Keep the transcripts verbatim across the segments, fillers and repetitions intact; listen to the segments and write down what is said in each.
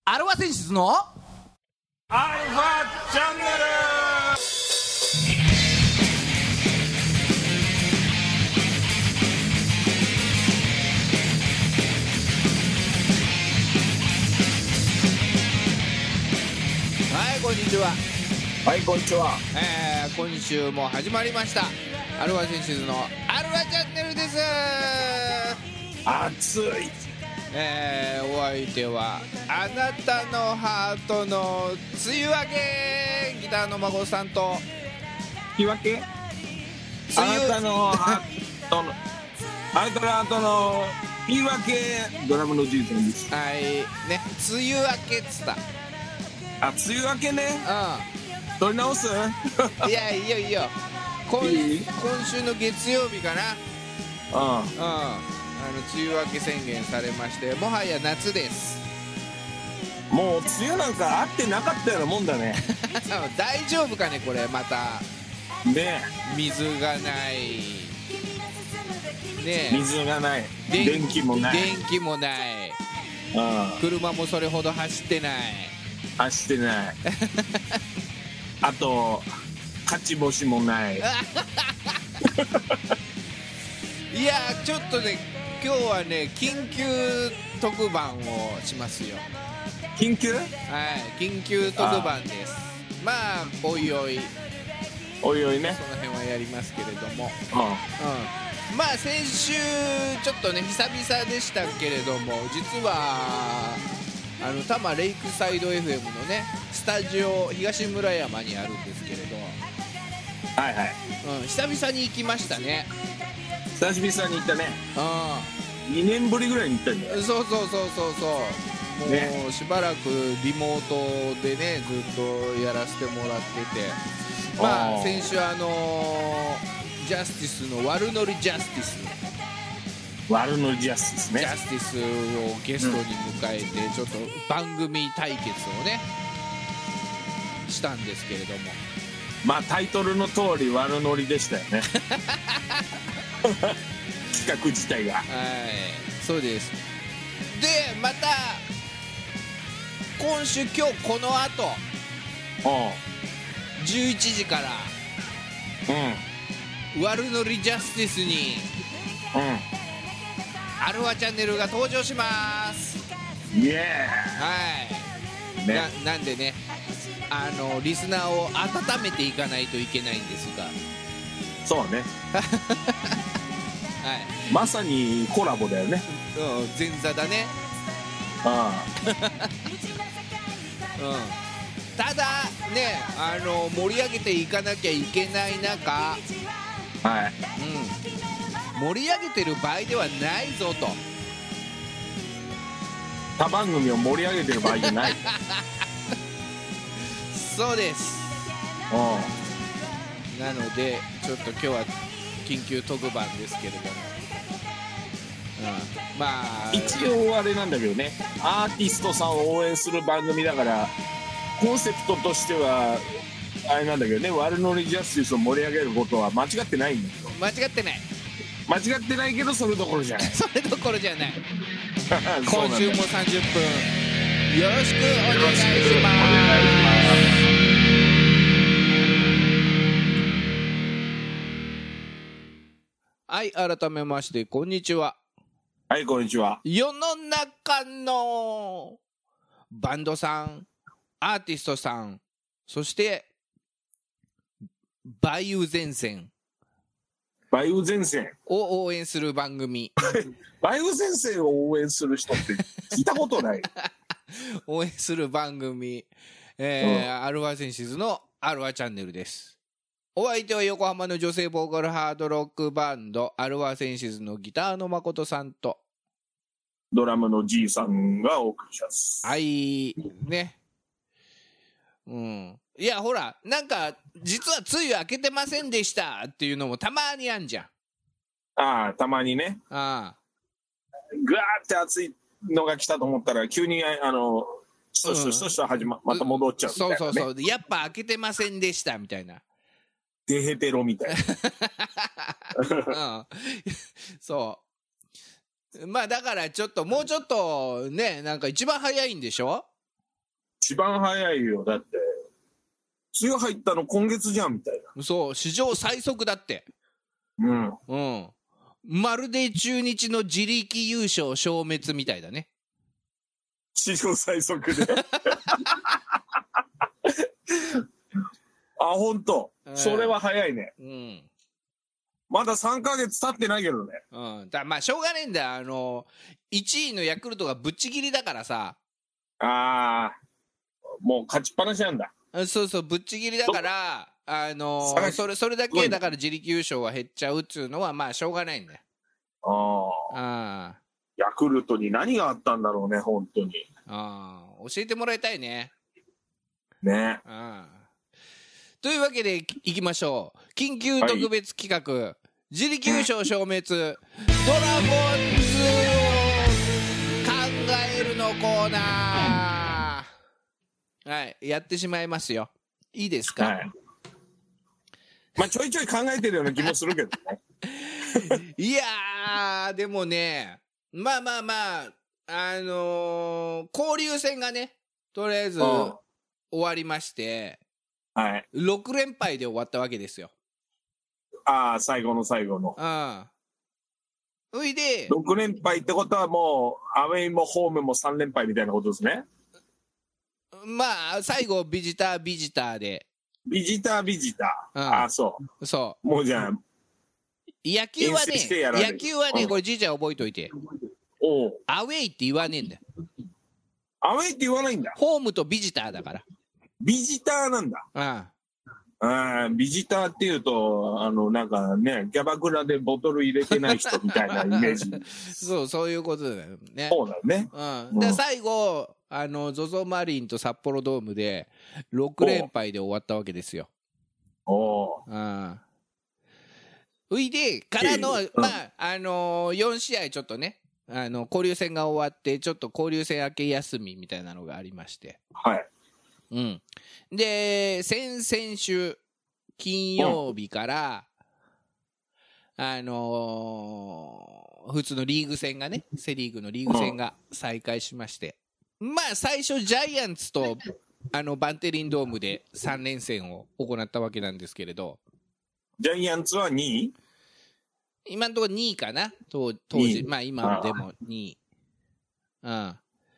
アルファ選出のアルファチャンネル。 はい、こんにちは。 はい、こんにちは。 えー、今週も始まりましたアルファ選出のアルファチャンネルです。 暑い。 えー、お相手はあなたのハートの梅雨明けギターの孫さんと引き分け。あなたのハートのあなたのハートの言い訳ドラムのじいさんです。 はいね、梅雨明けっつった。 あ、梅雨明けね。 う取り直す。 ん、いやいいよいいよ。今, いい今週の月曜日かな。 あうん、あの梅雨明け宣言されまして、もはや夏です。 あ、もう梅雨なんかあってなかったようなもんだね。 大丈夫かねこれ。またね水がないね、 水がない、電気もない、 電気もない、 ああ、 車もそれほど走ってない、 走ってない。あと勝ち星もない。 いやちょっとね、今日はね緊急特番をしますよ。 緊急？ はい、緊急特番です。まあおいおいおいおいね、 その辺はやりますけれども、 あうん、まあ先週ちょっとね久々でしたけれども、実はあの多摩レイクサイド エフエム のねスタジオ東村山にあるんですけれど、 あ、はいはい、 うん、久々に行きましたね。 久しぶりに行ったね。 うにねんぶりぐらいに行ったんだよ。 ん、そうそうそうそうそう、もう、 ね、 しばらくリモートでねずっとやらせてもらってて、まあ先週あのー、ジャスティスの悪ノリジャスティス悪ノリジャスティスね。 ジャスティスをゲストに迎えて、ちょっと番組対決をねしたんですけれども、 まあタイトルの通り悪ノリでしたよね。企画自体が。 はい、そうです。でまた今週今日この後おう、 じゅういちじからうん悪ノリジャスティスにうアルファチャンネルが登場します。 ん、イエはい、 ーイね。 な, なんでね、あのリスナーを温めていかないといけないんですが、 そうね、 はい、 まさにコラボだよね。 うん、前座だね。 あうん、ただね、あの盛り上げていかなきゃいけない中、 あ、はい、 うん、盛り上げてる場合ではないぞと。 他番組を盛り上げてる場合じゃない。 そうです。 おう、 なのでちょっと今日は緊急特番ですけれども、うん、まあ一応あれなんだけどね、アーティストさんを応援する番組だからコンセプトとしてはあれなんだけどね、悪ノリジャスティスを盛り上げることは間違ってないんだけど、 間違ってない。 間違ってないけどそれどころじゃない。 それどころじゃない。 そうなんだよ。 今週もさんじゅっぷんよろしくお願いしまお願いします。 す。はい、改めましてこんにちは。 はい、こんにちは。 世の中のバンドさん、アーティストさん、そして梅雨前線梅雨前線を応援する番組。 梅雨前線を応援する人って聞いたことない。 応援する番組、えーうん、アルファセンシズのアルファチャンネルです。お相手は横浜の女性ボーカルハードロックバンドアルファセンシズのギターの誠さんとドラムのじいさんがお送りします。 はいね、うん、いやほらなんか実は梅雨明けてませんでしたっていうのもたまにあんじゃん。 ああ、たまにね。 ああ、 ぐわーって暑いのが来たと思ったら急にあのしとしとしとしと始ま、うん、また戻っちゃうみたいな、ね、 そうそうそう、やっぱ明けてませんでしたみたいな、 デヘテロみたいな、うん、そうまあだからちょっともうちょっとね、なんか一番早いんでしょ。 一番早いよ。だって梅雨入ったの今月じゃんみたいな。 そう、史上最速だって。 うんうん、まるで中日の自力優勝消滅みたいだね。 史上最速であ、本当、えー、それは早いね。 うん、 まださんかげつ経ってないけどね。 うん、だまあしょうがねえんだよ。あのいちいのヤクルトがぶっちぎりだからさ。 ああ、もう勝ちっぱなしなんだ。 そうそう、ぶっちぎりだから、あのー、それそれだけだから自力優勝は減っちゃうっていうのはまあしょうがないんだよ。 ああ、ヤクルトに何があったんだろうね、本当に。 ああ、教えてもらいたいね。 ね。 あというわけでいきましょう。緊急特別企画、はい、自力優勝消滅ドラゴンズ考えるのコーナー、はい、やってしまいますよ。いいですか？はい、 まあちょいちょい考えてるような気もするけどねいやーでもね、まあまあまああのー、交流戦がねとりあえず終わりまして、 はい、 ろく連敗で終わったわけですよ。 ああ、最後の最後の。 ああ、そいでろく連敗ってことはもうアウェイもホームもさん連敗みたいなことですね。 まあ最後ビジタービジターでビジタービジター、うん、ああ、そうそうもうじゃあ野球はね野球はね、これじいちゃん覚えといて、 おうアウェイって言わねえんだよ。 アウェイって言わないんだ。 ホームとビジターだから。 ビジターなんだ。 ああ、ああ、ビジターっていうとあのなんかねキャバクラでボトル入れてない人みたいなイメージそうそういうことだよね。 そうだよね、 うん、で最後あの ゾゾ マリンと札幌ドームでろく連敗で終わったわけですよ。 おうああ、ういでからの、まああのー、よん試合ちょっとねあの交流戦が終わってちょっと交流戦明け休みみたいなのがありまして、 はい、 うん、で先々週金曜日から、うん、あのー、普通のリーグ戦がねセリーグのリーグ戦が再開しまして、まあ最初ジャイアンツとあのバンテリンドームでさん連戦を行ったわけなんですけれど、 ジャイアンツはにい、 今のところにいかな、当時、まあ今でもにい。うん。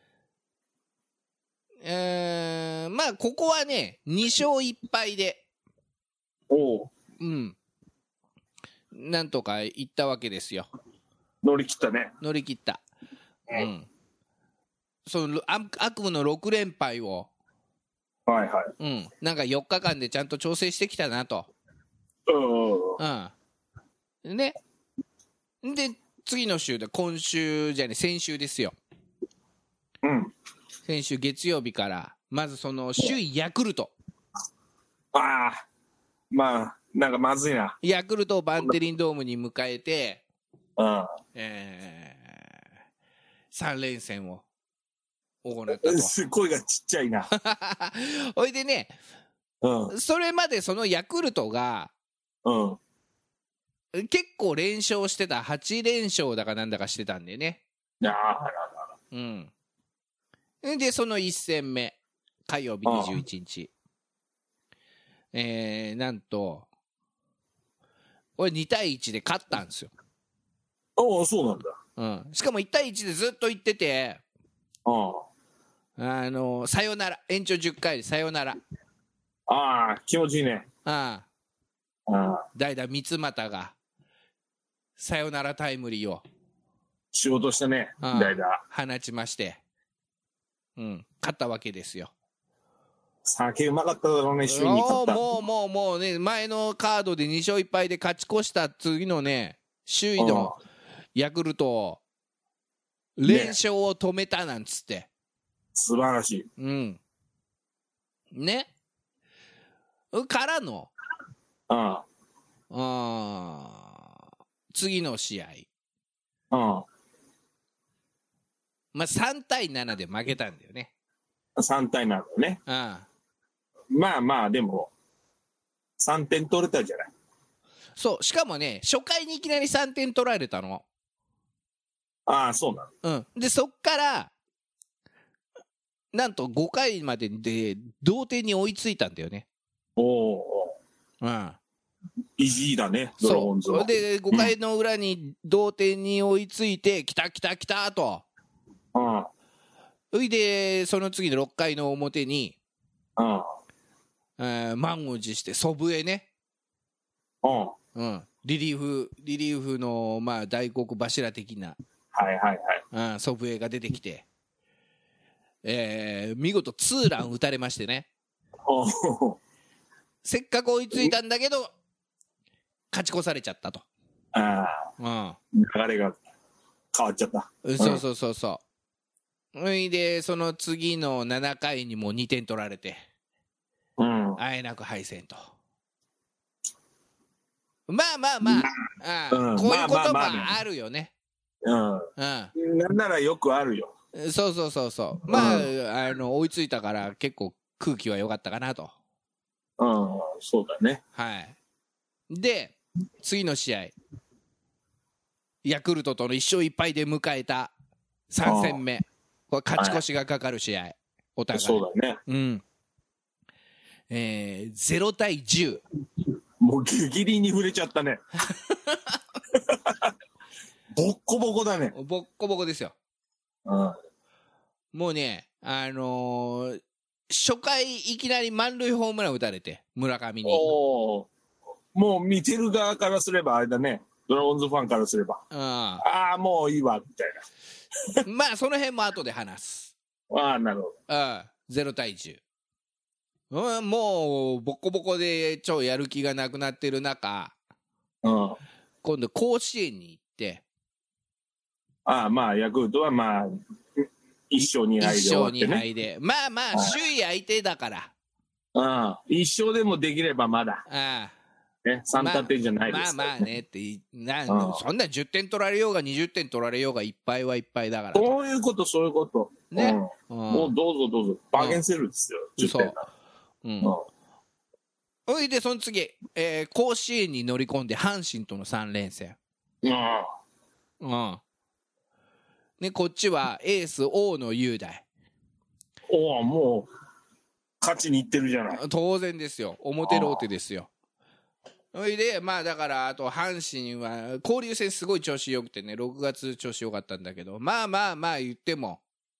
えー、まあここはね、に勝いっ敗で、 おう、 うん。なんとかいったわけですよ。 乗り切ったね。 乗り切った。うん。その悪夢のろく連敗を、 はいはい。 うん。なんかよっかかんでちゃんと調整してきたなと。 うん。 うん。ね。で次の週で今週じゃね先週ですよ。 うん。 先週月曜日からまずその首位ヤクルト。 ああ、まあなんかまずいな。 ヤクルトをバンテリンドームに迎えて、 うん、 えー、さん連戦を行ったと。 声がちっちゃいな。 おいでね、うん、それまでそのヤクルトが、 うん、 結構連勝してた、はち連勝だかなんだかしてたんでね。 あららら、 うん。でそのいっ戦目火曜日にじゅういちにち、えー、なんとこれに対いちで勝ったんですよ。 ああ、そうなんだ。 うん、しかもいち対いちでずっと言ってて、 ああのサヨナラ、延長じゅっかいでサヨナラ。 ああ、気持ちいいね。 ああ、ああ、代打三俣がサヨナラタイムリーを仕事したね、代打放ちまして、うん、勝ったわけですよ。 酒うまかっただろうね、首位に勝った。 もうもうもうね、前のカードでに勝いっ敗で勝ち越した次のね、首位のヤクルトを連勝を止めたなんつって、ね、 素晴らしい。 うんね、からのあああ次の試合、 ああ、 まあさん対ななで負けたんだよね。 さん対ななね。 ああ、 まあまあでもさんてん取れたじゃない。 そう、しかもね初回にいきなりさんてん取られたの。 ああ、そうなの。 うん、でそっからなんとごかいまでで同点に追いついたんだよね。 おお、 うん、 意地だね、ドラゴンズは。 そうでごかいの裏に同点に追いついて、きたきたきたと、 うんそれでその次のろっかいの表に、 うんえー満を持して祖父江ね、 うんうん、リリーフリリーフのまあ大黒柱的な、 はいはいはい。 うん、祖父江が出てきて、えー見事ツーラン打たれましてね、 おお、 せっかく追いついたんだけど勝ち越されちゃったと、 あうん、 あ、流れが変わっちゃった。 そうそうそうそう、それでその次のななかいにもにてん取られて、 うん。 あえなく敗戦と。まあまあまあ、ああうんこういうこともまあまあまあねあるよね。 うん。 うなんならよくあるよ。 ん、そうそうそうそう。まあ、 うあの追いついたから結構空気は良かったかなと。 うん、そうだね。 はい。で、次の試合、ヤクルトとのいっしょういっぱいで迎えたさん戦目。これ勝ち越しがかかる試合。お互い。 そうだね。 うん。えー、ゼロたいじゅう。 もうギリギリに触れちゃったね。ボッコボコだね。 ボッコボコですよ。 うん。 もうね、あのー初回いきなり満塁ホームラン打たれて、村上に。 おお。もう見てる側からすればあれだね。ドラゴンズファンからすれば。 うん、 ああ、もういいわ、みたいまあ、その辺も後で話す。 な。ああ、なるほうん、ゼロたいじゅう。うん、もう、ボコボコで超やる気がなくなってる中、 ど。うん。 今度甲子園に行って、 ああ、まあ、ヤクルトはまあ、一勝二敗で一勝二終わってね。 敗で。まあまあ、首位相手だから。 ああ、一勝でもできればまだ。 あね、三立てじゃないでまあすまあねってな、 うんそんなじゅってん取られようがにじゅってん取られようがいっぱいはいっぱいだから。 そういうこと、そういうこと。 ね。 うんうんもうどうぞどうぞ。バーゲンセールですよ、じゅってんなら。 うん。 うんそれで、その次、えー甲子園に乗り込んで、阪神とのさん連戦。 あうん。ね、こっちはエース、大野雄大。 おお、もう、勝ちにいってるじゃない。 当然ですよ。表ローテですよ。それで、まあだから、あと阪神は、交流戦すごい調子よくてね、ろくがつ調子よかったんだけど、まあまあまあ言っても、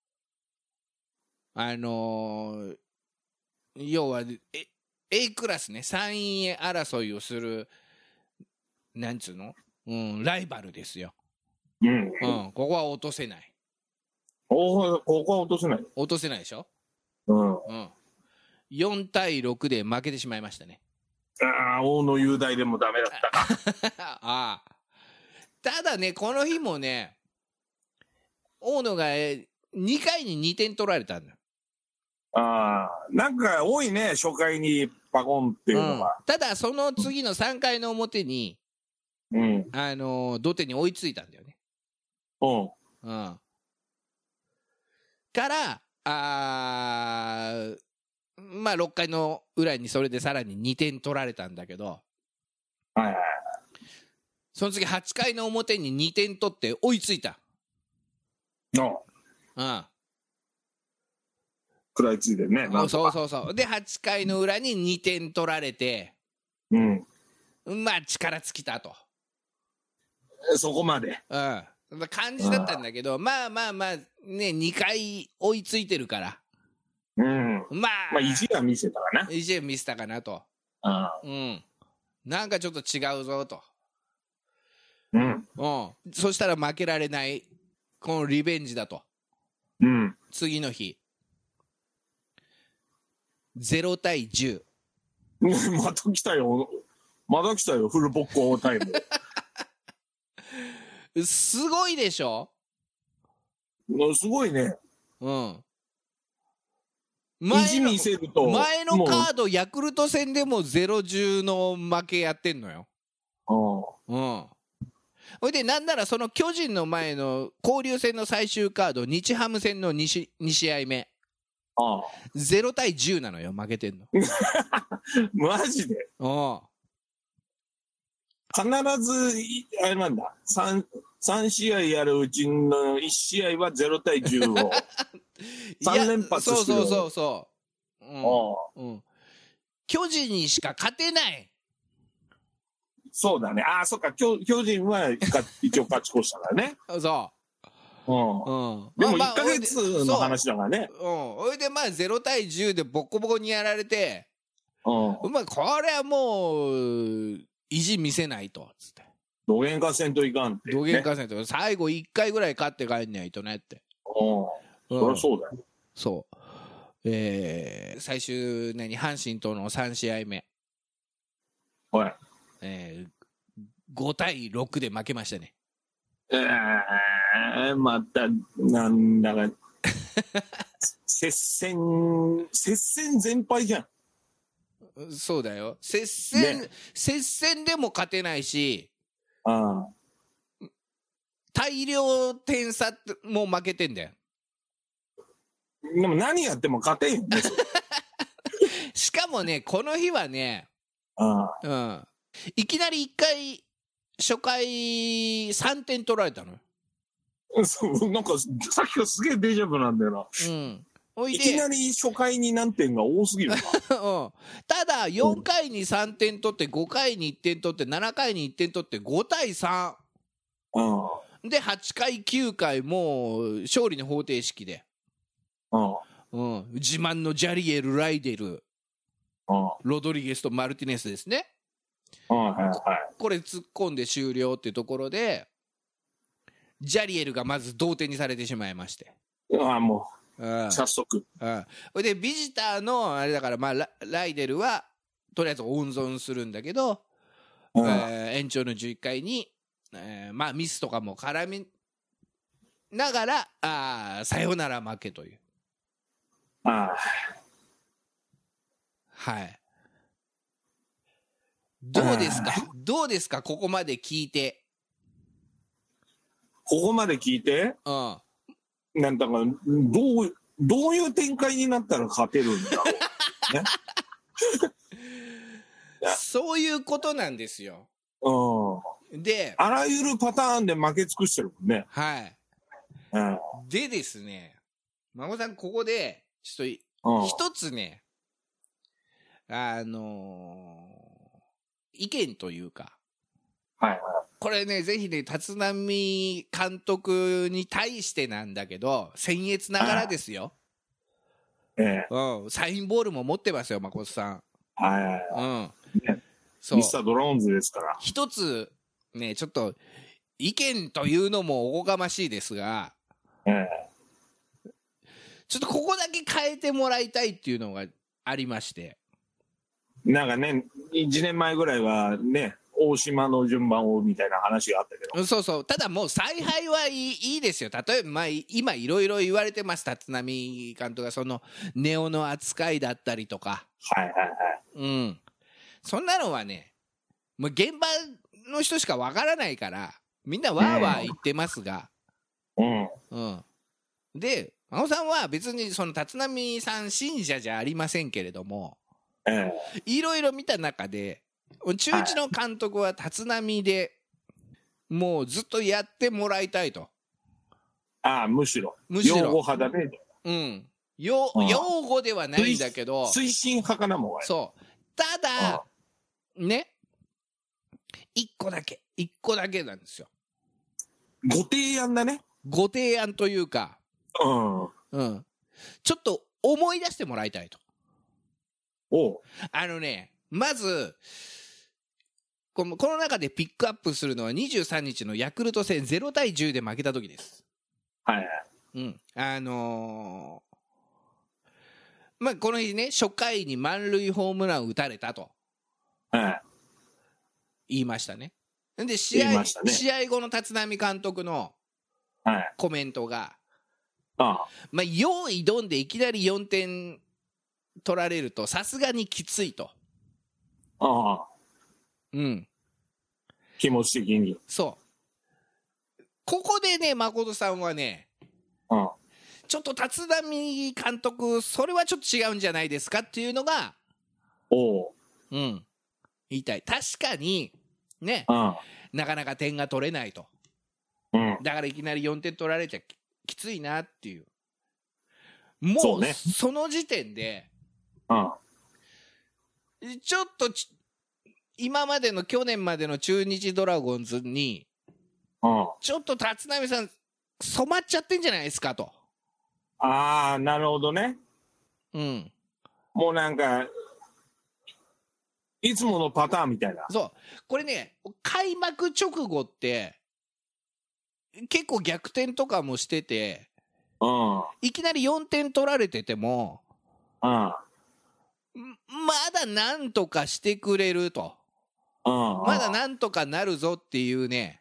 あのー要は、え A クラスね、さんい争いをする、なんつうの、うん、ライバルですよ。 うん。 うん、ここは落とせない。 おお、ここは落とせない。 落とせないでしょ。 うん。あうん。よんたいろくで負けてしまいましたね。 あ、大野雄大でもダメだったか。 ああ。ただね、この日もね、大野がえにかいににてん取られたんだよ。 ああ、なんか多いね、初回にパコンっていうのが。 うん、ただ、その次のさんかいの表に、 うん。 あのー同点に追いついたんだよね。 うん。 うん。から、あーまあろっかいの裏にそれでさらににてん取られたんだけど、 はいはい。 その次はちかいの表ににてん取って追いついた。 の、 うん。 食らいついてるね。なんそうとかそうそう。で、はちかいの裏ににてん取られて、 うん。 まあ力尽きたと。 そこまで。 うん。そんな感じだったんだけど、まあまあまあ、ね、にかい追いついてるから、 うん。 まあ、 まあ、意地は見せたかな。 意地は見せたかなと。 ああ。 うん。なんかちょっと違うぞと。 うん。 うん。そしたら負けられない、このリベンジだと。 うん。 次の日。ゼロたいじゅう。 また来たよ。また来たよ、フルボッコタイすごいでしょ。 ム。すごいね。 うん。 意地前の見せると。 前のもうカード、ヤクルト戦でもゼロじゅうの負けやってんのよ。うん。ほいで、なんならその巨人の前の交流戦の最終カード、日ハム戦の 2, しに試合目、 ああ。 ゼロたいじゅうなのよ、負けてんの。 マジで。 うん。 必ずい、あれなんだ。三三試合やるうちのいち試合はゼロたいじゅうをさん連発してる。 そうそうそうそう、うんうん、巨人にしか勝てない。 そうだね。ああ、そっか、巨人は一応勝ち越したからね。 そう、 うんうん、でもいっかげつの話だからね。 うん、それでまあゼロたいじゅうでボコボコにやられて、 うん、 まあこれはもう意地見せないとつって、 どげんかせんといかんって、ね、 どげんかせんと最後いっかいぐらい勝って帰んないとねって。 うん、そりゃそうだよ。 そう、えー、最終何阪神とのさん試合目、 はい、 えー、ごたいろくで負けましたね。 えー、またなんだか接戦接戦全敗じゃん。 そうだよ、接戦、ね、接戦でも勝てないし、 ああ、 大量点差も負けてんだよ。 でも何やっても勝てんよねしかもねこの日はね、 ああ、 うん、いきなりいっかい初回さんてん取られたの。 そうなんかさっきからすげえデジャブなんだよな、 うん、おいでいきなり初回に何点が多すぎるな、 うん、ただよんかいにさんてん取ってごかいにいってん取ってななかいにいってん取ってごたいさん、うん、ではちかいきゅうかいもう勝利の方程式で、うんうん、自慢のジャリエル、ライデル、うん、ロドリゲスとマルティネスですね、うんはいはい、これ突っ込んで終了っていうところでジャリエルがまず同点にされてしまいまして、 ああもう、うん、早速、 うん、でビジターのあれだから、まあ、ラ, ライデルはとりあえず温存するんだけど、うんえー、延長のじゅういっかいに、えーまあ、ミスとかも絡みながらあサヨナラ負けという。 ああはい、どうですかどうですかここまで聞いて。 ここまで聞いて、うん、なんだかどうどういう展開になったら勝てるんだろう、ね、 そういうことなんですよ。 うん、であらゆるパターンで負け尽くしてるもんね。 はい、うん、でですね孫さんここでちょっと一つね、うん、あのー、意見というか、はいはい、これねぜひね立浪監督に対してなんだけど僭越ながらですよ、ええうん、サインボールも持ってますよ誠さん。はいはいはい、うんね、そうミスタードラゴンズですから。 一つねちょっと意見というのもおこがましいですが、ええ、ちょっとここだけ変えてもらいたいっていうのがありまして。 なんかねいちねんまえぐらいはね大島の順番をみたいな話があったけど、 そうそう、ただもう采配はいい、いいですよ。例えば、まあ、今いろいろ言われてます立浪監督がそのネオの扱いだったりとか、はいはいはい、うん、そんなのはねもう現場の人しかわからないからみんなわーわー言ってますが、うんうん、で真央さんは別にその立浪さん信者じゃありませんけれども、いろいろ見た中で中日の監督は立浪でもうずっとやってもらいたいと。 ああむしろむしろ擁護派だね。 うん擁護ではないんだけど推進派かなもう。 そうただね一個だけ一個だけなんですよ。 ご提案だね。 ご提案というか、うんうん、ちょっと思い出してもらいたいと。おあのねまずこの中でピックアップするのはにじゅうさんにちのヤクルト戦ゼロたいじゅうで負けた時です。はいはい、うん、あのー、まあこの日ね初回に満塁ホームラン打たれたと、はい、言いましたね。で試合、ね、試合後の立浪監督のコメントが、はいああまあ、用意どんでいきなりよんてん取られるとさすがにきついと。ああうん、 気持ち的にそうここでね誠さんはね、うん、ちょっと立浪監督それはちょっと違うんじゃないですかっていうのがおう、うん、言いたい。確かにね、うん、なかなか点が取れないと、うん、だからいきなりよんてん取られちゃ き, きついなっていうもうそうねその時点でうんちょっとち今までの去年までの中日ドラゴンズにうんちょっと立浪さん染まっちゃってんじゃないですかと。 ああなるほどね。 うんもうなんかいつものパターンみたいな。 そうこれね開幕直後って結構逆転とかもしててうんいきなりよんてん取られててもうんまだなんとかしてくれるとうんまだなんとかなるぞっていうね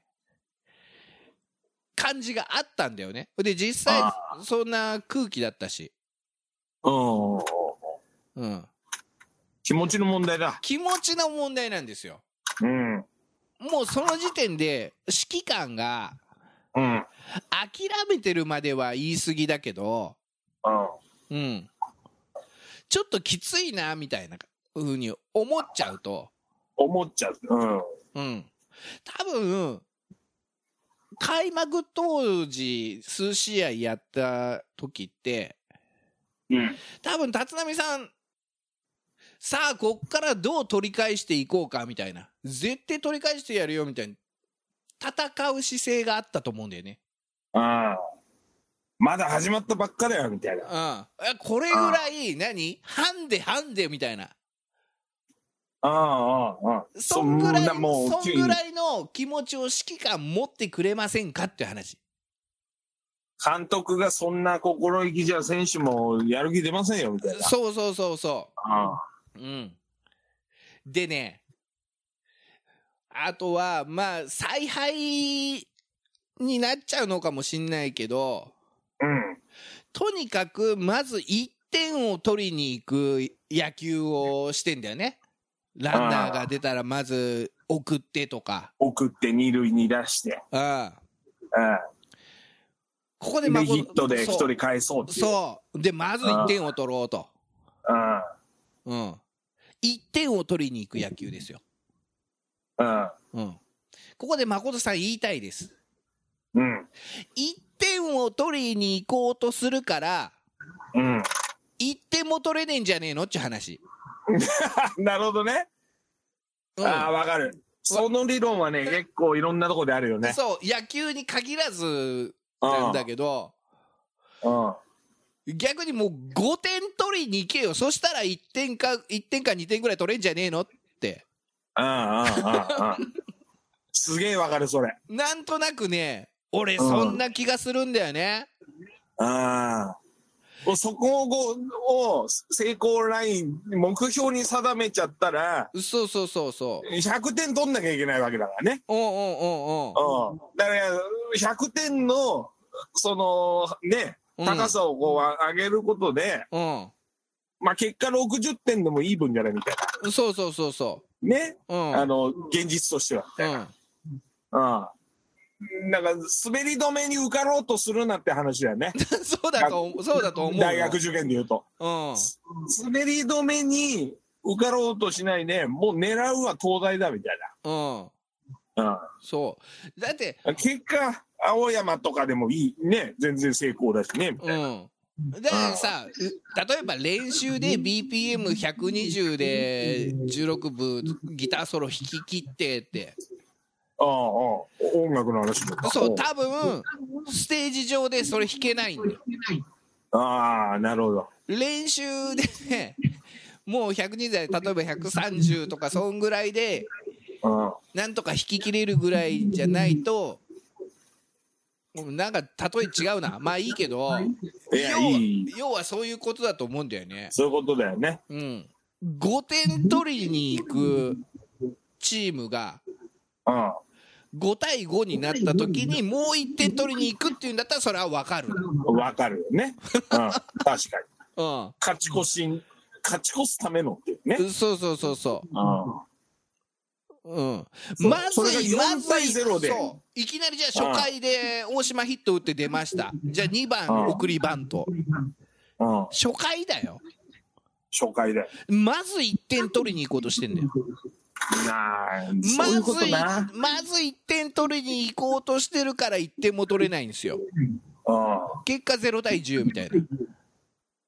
感じがあったんだよね。で実際そんな空気だったし、 うんうん、 気持ちの問題だ。 気持ちの問題なんですよ。 うんもうその時点で指揮官がうん諦めてるまでは言い過ぎだけど、 うんうん、ちょっときついなみたいな風に思っちゃうと思っちゃう。うんうん、多分開幕当時数試合やった時ってうん多分立浪さんさあこっからどう取り返していこうかみたいな絶対取り返してやるよみたいな戦う姿勢があったと思うんだよね。 ああまだ始まったばっかだよみたいな。 うん、これぐらい何ハンデハンデみたいなああああそんぐらいそんなもうそんぐらいの気持ちを指揮官持ってくれませんかっていう話。 監督がそんな心意気じゃ選手もやる気出ませんよみたいな。 そうそうそうそああう、うん、でねあとはまあ采配になっちゃうのかもしんないけど、 うん、 とにかくまずいってんを取りに行く野球をしてんだよね。ランナーが出たらまず送ってとか送って二塁に出して、 ああああここででヒットで一人返そうっていう。 そうでまずいってんを取ろうと、 ああうん、いってんを取りに行く野球ですよ。 ああうん、ここで誠さん言いたいです。 うん、 いってんを取りに行こうとするからうん、 いってんも取れねえんじゃねえのって話。 なるほどね。 うん、 ああ分かる。その理論はね結構いろんなとこであるよね。 そう野球に限らずなんだけど、 うん、 逆にもうごてん取りに行けよ。そしたらいってんかいってんかにてんぐらい取れんじゃねえのって。 ああああああすげえわかるそれ。 なんとなくね俺そんな気がするんだよね。 ああそこを成功ライン目標に定めちゃったらそうそうそうそうひゃくてん取んなきゃいけないわけだからね。 おうおうおうおう、 うん、だからひゃくてんのそのね高さをこう上げることで、 うん、 まあ結果ろくじゅってんでもいい分じゃないみたいな。 そうそうそうそうね、 うん、 あの現実としては、 うん、 ああなんか滑り止めに受かろうとするなって話だよね。 そうだとそうだと思う。 大学受験でいうと、 うん、 滑り止めに受かろうとしないでもう狙うは東大だみたいな、うん、 うん、 そうだって結果青山とかでもいいね全然成功だしねみたいな。 うんだからさ、例えば練習で ビーピーエムひゃくにじゅう でじゅうろくぶギターソロ弾き切ってってああああ音楽の話とかそう多分ステージ上でそれ弾けないんだよ。 ああなるほど。 練習でねもうひゃくにじゅう代例えばひゃくさんじゅうとかそんぐらいでなんとか弾き切れるぐらいじゃないとなんか例え違うなまあいいけどいやいい要はそういうことだと思うんだよね。 そういうことだよね。 うん、ごてん取りに行くチームがごたいごになった時にもういってん取りに行くっていうんだったらそれは分かる分かるよね、うん、確かに、 うん、 勝ち越し勝ち越すためのっていうね。 そうそうそうそう、うん、まずそれがよんたいゼロでそういきなりじゃあ初回で大島ヒット打って出ました。じゃあにばん送りバント、うん、初回だよ。 初回でまずいってん取りに行こうとしてんだよ。 なまずそういうことなまずいってん取りに行こうとしてるからいってんも取れないんですよ。結果ゼロたいじゅうみたいな。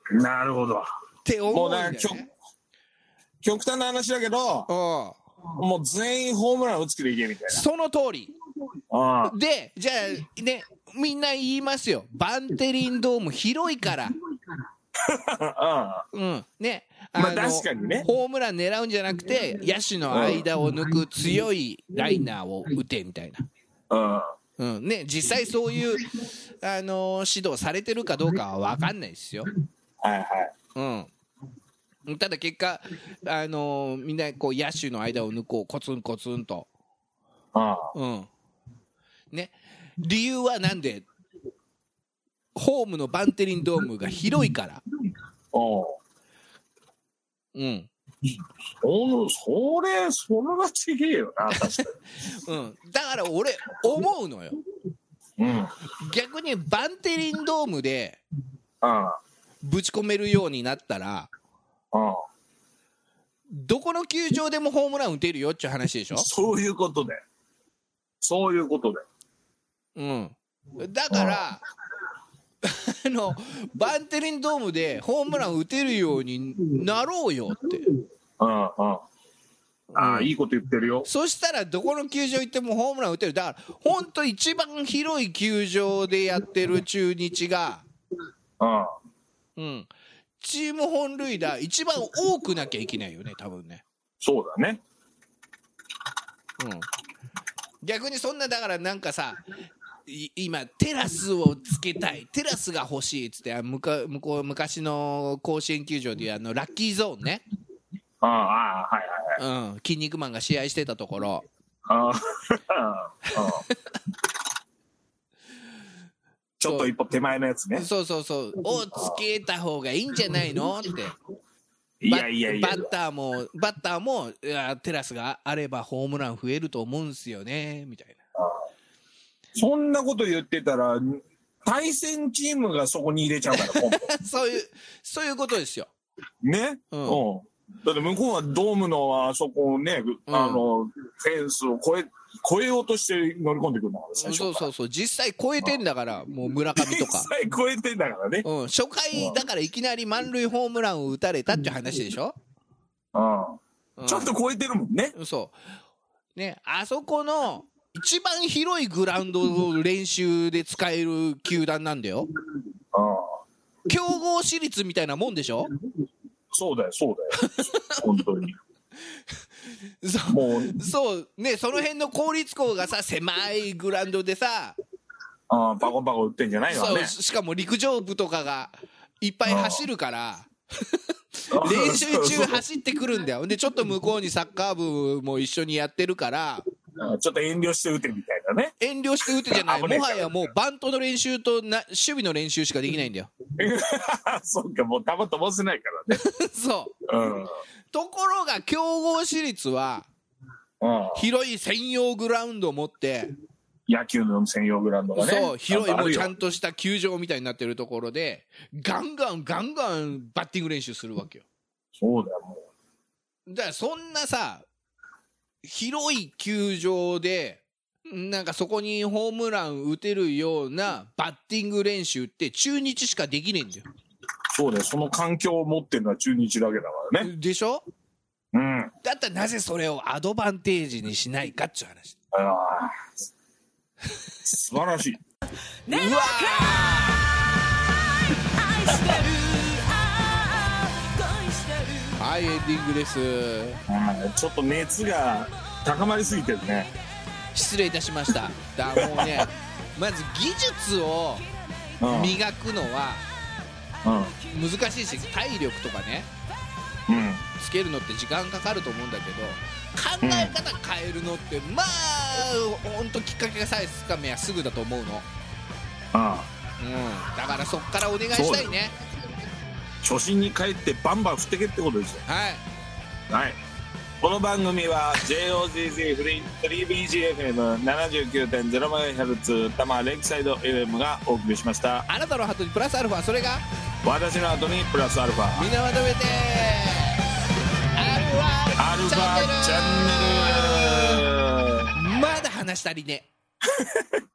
なるほど。 って思うんだよね。 もう極端な話だけど、もう全員ホームラン打つ気でいけみたいな。 その通り。 あで、じゃあね、みんな言いますよ。バンテリンドーム広いから。 あうんね。 あまあ確かにね。 ホームラン狙うんじゃなくて、野手の間を抜く強いライナーを打てみたいな。うんうんね、実際そういう、あのー、指導されてるかどうかは分かんないですよ。 はいはい。 うん、ただ結果、あのー、みんなこう野手の間を抜こうコツンコツンと、 あうんね、理由はなんでホームのバンテリンドームが広いから。 おうん、 そそれそれがちげえよな確かに、うん、だから俺思うのよ、 うん、 逆にバンテリンドームであぶち込めるようになったら、 あどこの球場でもホームラン打てるよっていう話でしょ。 そういうことでそういうことで、 うん、だからあのバンテリンドームでホームラン打てるようになろうよって。 ああああ、いいこと言ってるよ。 そしたらどこの球場行ってもホームラン打てる。だから本当一番広い球場でやってる中日が、 ああ、 うん、チーム本塁打一番多くなきゃいけないよね多分ね。 そうだね。 うん、逆にそんなだからなんかさ、今テラスをつけたい、テラスが欲しいっつって向か向こう昔の甲子園球場でいうあのラッキーゾーンね。 ああ、はいはいはい。 うん、筋肉マンが試合してたところ。 ああちょっと一歩手前のやつね。 そうそうそうをつけた方がいいんじゃないのって。 いやいやいや、 バッターもバッターもいやテラスがあればホームラン増えると思うんすよねみたいな。 ああ、そんなこと言ってたら対戦チームがそこに入れちゃうからそういうそういうことですよね、うん、うん、だって向こうはドームのあそこをね、うん、あのフェンスを越え越えようとして乗り込んでくるんだから最初から。そうそうそう、実際越えてんだから、うん、もう村上とか実際越えてんだからね、 うん、初回だからいきなり満塁ホームランを打たれたっていう話でしょ。 うん、うん、ちょっと越えてるもんね。 そうね、あそこの一番広いグラウンドを練習で使える球団なんだよ。強豪私立みたいなもんでしょ。 そうだよそうだよ本当にそもうそうね、その辺の公立校がさ狭いグラウンドでさあバコンバコン打ってんじゃないのね。 しかも陸上部とかがいっぱい走るから練習中走ってくるんだよ。でちょっと向こうにサッカー部も一緒にやってるからちょっと遠慮して打てみたいなね。 遠慮して打てじゃない、もはやもうバントの練習とな守備の練習しかできないんだよそうか、もう球飛ばせないからねそう、うん、ところが強豪私立は広い専用グラウンドを持って野球の専用グラウンドがね、 そう広いもうちゃんとした球場みたいになってるところでガンガンガンガンバッティング練習するわけよ。 そうだよもうだからそんなさ広い球場でなんかそこにホームラン打てるようなバッティング練習って中日しかできねえんだよ。 そうだよ、その環境を持ってるのは中日だけだからね。でしょ、 うん、 だったらなぜそれをアドバンテージにしないかっちゅう話。ああ素晴らしいうわはい、エンディングです。 ちょっと熱が高まりすぎてるね。 失礼いたしました。だからもうねまず技術を磨くのは難しいし体力とかね、うん、つけるのって時間かかると思うんだけど考え方変えるのってまあほんときっかけがさえつかめやすぐだと思うの。ああ、うん、だからそっからお願いしたいね。 初心に帰ってバンバン振ってけってことですよ。 はい、 はい、この番組は ジェイオージージー フリー ビージーエフエムななじゅうきゅうてんゼロメガヘルツ 多摩レイクサイド エフエム がお送りしました。 あなたのハトにプラスアルファ、それが私の後にプラスアルファ、 みんなまとめてアルファアルファチャンネル。 まだ話足りねえ